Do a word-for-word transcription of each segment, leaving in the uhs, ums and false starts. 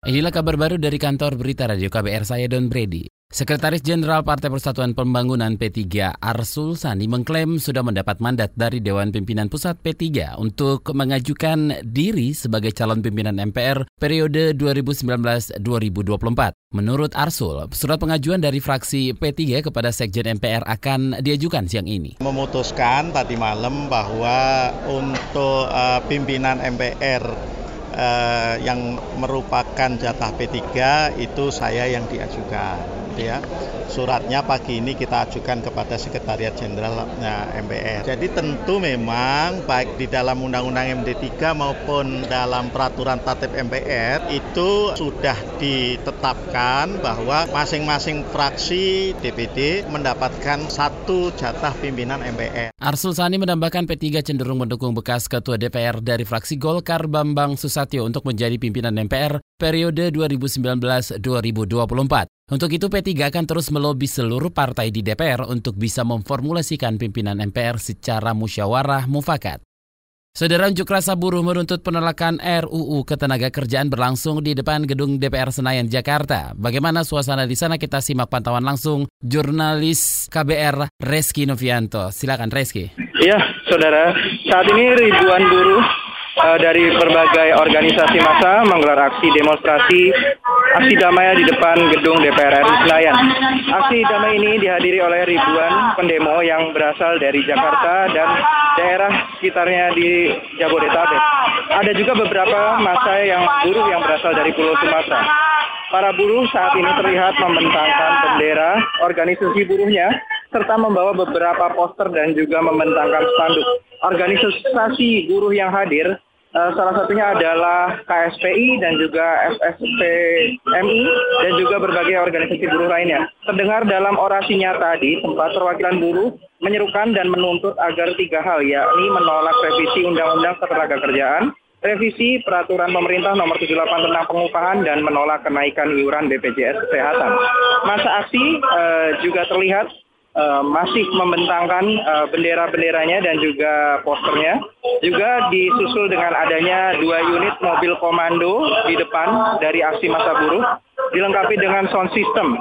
Inilah kabar baru dari kantor berita Radio K B R, saya Don Brady. Sekretaris Jenderal Partai Persatuan Pembangunan P tiga Arsul Sani mengklaim sudah mendapat mandat dari Dewan Pimpinan Pusat P tiga untuk mengajukan diri sebagai calon pimpinan M P R periode dua ribu sembilan belas sampai dua ribu dua puluh empat. Menurut Arsul, surat pengajuan dari fraksi P tiga kepada Sekjen M P R akan diajukan siang ini. Memutuskan tadi malam bahwa untuk uh, pimpinan M P R Uh, yang merupakan jatah P tiga itu saya yang diajukan, ya. Suratnya pagi ini kita ajukan kepada Sekretariat Jenderal M P R. Jadi tentu memang baik di dalam Undang-Undang M D tiga maupun dalam Peraturan Tatip M P R itu sudah ditetapkan bahwa masing-masing fraksi D P D mendapatkan satu jatah pimpinan M P R. Arsul Sani menambahkan P tiga cenderung mendukung bekas Ketua D P R dari fraksi Golkar Bambang Susatyo untuk menjadi pimpinan M P R periode dua ribu sembilan belas sampai dua ribu dua puluh empat. Untuk itu P tiga akan terus melobi seluruh partai di D P R untuk bisa memformulasikan pimpinan M P R secara musyawarah mufakat. Saudara, unjuk rasa buruh menuntut penolakan R U U Ketenagakerjaan berlangsung di depan gedung D P R Senayan, Jakarta. Bagaimana suasana di sana? Kita simak pantauan langsung jurnalis K B R Reski Novianto. Silakan Reski. Iya, saudara. Saat ini ribuan buruh uh, dari berbagai organisasi massa menggelar aksi demonstrasi aksi damai di depan gedung D P R R I Senayan. Aksi damai ini dihadiri oleh ribuan pendemo yang berasal dari Jakarta dan daerah sekitarnya di Jabodetabek. Ada juga beberapa massa yang buruh yang berasal dari Pulau Sumatera. Para buruh saat ini terlihat membentangkan bendera organisasi buruhnya serta membawa beberapa poster dan juga membentangkan spanduk. Organisasi buruh yang hadir Uh, salah satunya adalah K S P I dan juga F S P M I dan juga berbagai organisasi buruh lainnya. Terdengar dalam orasinya tadi, tempat perwakilan buruh menyerukan dan menuntut agar tiga hal, yakni menolak revisi Undang-Undang Ketenagakerjaan, revisi Peraturan Pemerintah Nomor tujuh puluh delapan tentang pengupahan, dan menolak kenaikan iuran B P J S Kesehatan. Masa aksi uh, juga terlihat Uh, masih membentangkan uh, bendera-benderanya dan juga posternya. Juga disusul dengan adanya dua unit mobil komando di depan dari aksi massa buruh, dilengkapi dengan sound system.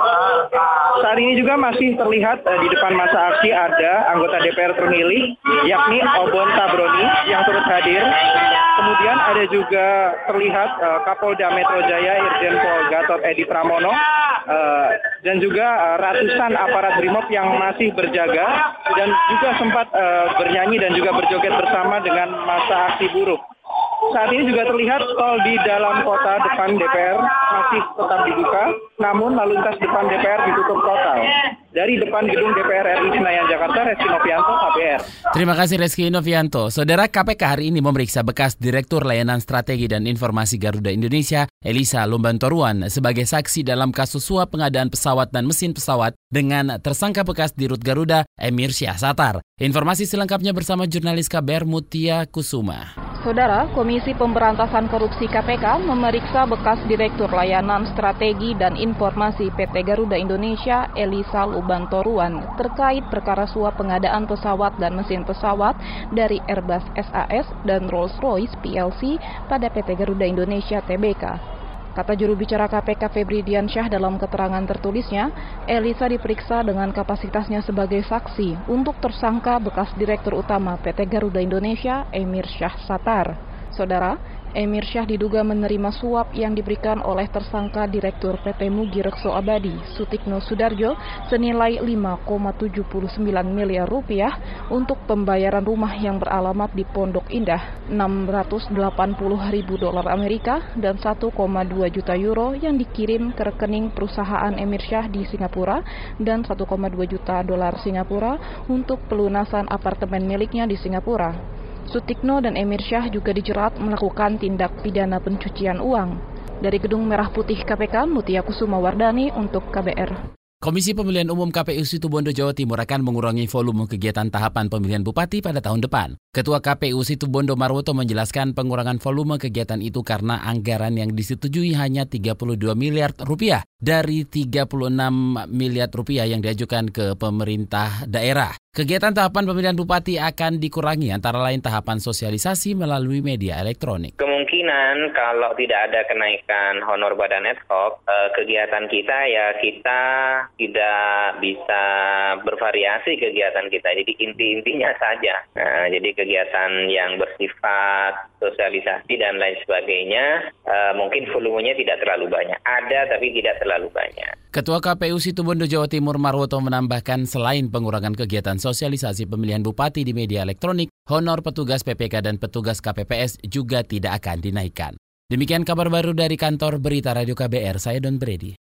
Saat ini juga masih terlihat uh, di depan massa aksi ada anggota D P R terpilih, yakni Obon Tabroni yang turut hadir. Kemudian ada juga terlihat uh, Kapolda Metro Jaya Irjen Pol Gatot Edi Pramono, uh, dan juga uh, ratusan aparat Brimob yang masih berjaga dan juga sempat uh, bernyanyi dan juga berjoget bersama dengan massa aksi buruh. Saat ini juga terlihat tol di dalam kota depan D P R masih tetap dibuka, namun lalu lintas depan D P R ditutup total. Dari depan gedung D P R R I Senayan, Jakarta, Reski Novianto, K B R. Terima kasih Reski Novianto. Saudara, K P K hari ini memeriksa bekas Direktur Layanan Strategi dan Informasi Garuda Indonesia, Elisa Lumbantoruan, sebagai saksi dalam kasus suap pengadaan pesawat dan mesin pesawat dengan tersangka bekas Dirut Garuda, Emir Syah Satar. Informasi selengkapnya bersama jurnalis K B R Mutia Kusuma. Saudara, Komisi Pemberantasan Korupsi K P K memeriksa bekas Direktur Layanan Strategi dan Informasi P T Garuda Indonesia, Elisa Lumbantoruan, terkait perkara suap pengadaan pesawat dan mesin pesawat dari Airbus S A S dan Rolls-Royce P L C pada P T Garuda Indonesia T B K. Kata juru bicara K P K Febri Diansyah dalam keterangan tertulisnya, Elisa diperiksa dengan kapasitasnya sebagai saksi untuk tersangka bekas Direktur Utama P T Garuda Indonesia, Emir Syah Satar. Saudara, Emir Syah diduga menerima suap yang diberikan oleh tersangka Direktur P T Mugi Rekso Abadi, Sutikno Sudarjo, senilai lima koma tujuh sembilan miliar rupiah untuk pembayaran rumah yang beralamat di Pondok Indah, enam ratus delapan puluh ribu dolar Amerika, dan satu koma dua juta euro yang dikirim ke rekening perusahaan Emir Syah di Singapura, dan satu koma dua juta dolar Singapura untuk pelunasan apartemen miliknya di Singapura. Sutikno dan Emir Syah juga dijerat melakukan tindak pidana pencucian uang. Dari Gedung Merah Putih K P K, Mutia Kusuma Wardani untuk K B R. Komisi Pemilihan Umum K P U Situbondo Jawa Timur akan mengurangi volume kegiatan tahapan pemilihan bupati pada tahun depan. Ketua K P U Situbondo Marwoto menjelaskan pengurangan volume kegiatan itu karena anggaran yang disetujui hanya tiga puluh dua miliar rupiah dari tiga puluh enam miliar rupiah yang diajukan ke pemerintah daerah. Kegiatan tahapan pemilihan bupati akan dikurangi, antara lain tahapan sosialisasi melalui media elektronik. Kemungkinan kalau tidak ada kenaikan honor badan ad hoc, eh, kegiatan kita ya kita tidak bisa bervariasi kegiatan kita. Jadi inti-intinya saja. Nah, jadi kegiatan yang bersifat sosialisasi dan lain sebagainya, eh, mungkin volumenya tidak terlalu banyak. Ada tapi tidak terlalu banyak. Ketua K P U Situbondo Jawa Timur Marwoto menambahkan selain pengurangan kegiatan sosialisasi pemilihan bupati di media elektronik, honor petugas P P K dan petugas K P P S juga tidak akan dinaikkan. Demikian kabar baru dari kantor Berita Radio K B R, saya Don Brady.